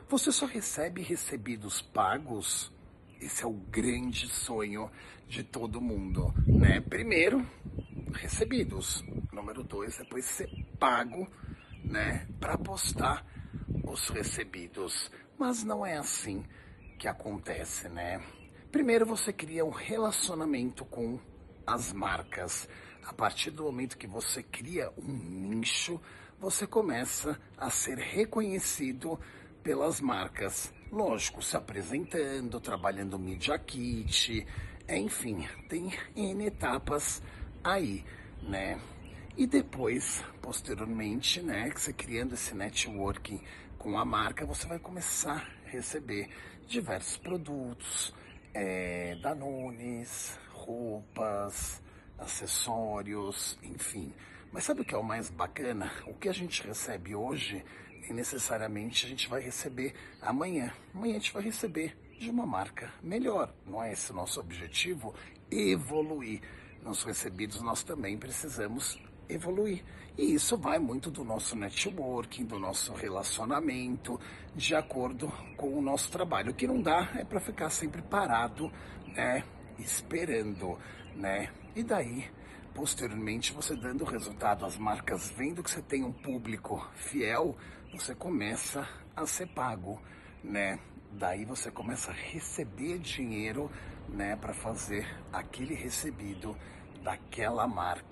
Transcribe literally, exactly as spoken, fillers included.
Você só recebe recebidos pagos? Esse é o grande sonho de todo mundo, né? Primeiro, recebidos. Número dois, depois ser pago, né? Para postar os recebidos. Mas não é assim que acontece, né? Primeiro você cria um relacionamento com as marcas. A partir do momento que você cria um nicho, você começa a ser reconhecido pelas marcas. Lógico, se apresentando, trabalhando Media Kit, enfim, tem N etapas aí, né? E depois, posteriormente, né, que você criando esse networking com a marca, você vai começar a receber diversos produtos, é, Danones, roupas, acessórios, enfim. Mas sabe o que é o mais bacana? O que a gente recebe hoje, nem necessariamente a gente vai receber amanhã. Amanhã a gente vai receber de uma marca melhor. Não é esse o nosso objetivo? Evoluir. Nos recebidos nós também precisamos evoluir. E isso vai muito do nosso networking, do nosso relacionamento, de acordo com o nosso trabalho. O que não dá é para ficar sempre parado, né, esperando, né? E daí, posteriormente, você dando resultado, as marcas vendo que você tem um público fiel, você começa a ser pago, né? Daí você começa a receber dinheiro, né, para fazer aquele recebido daquela marca.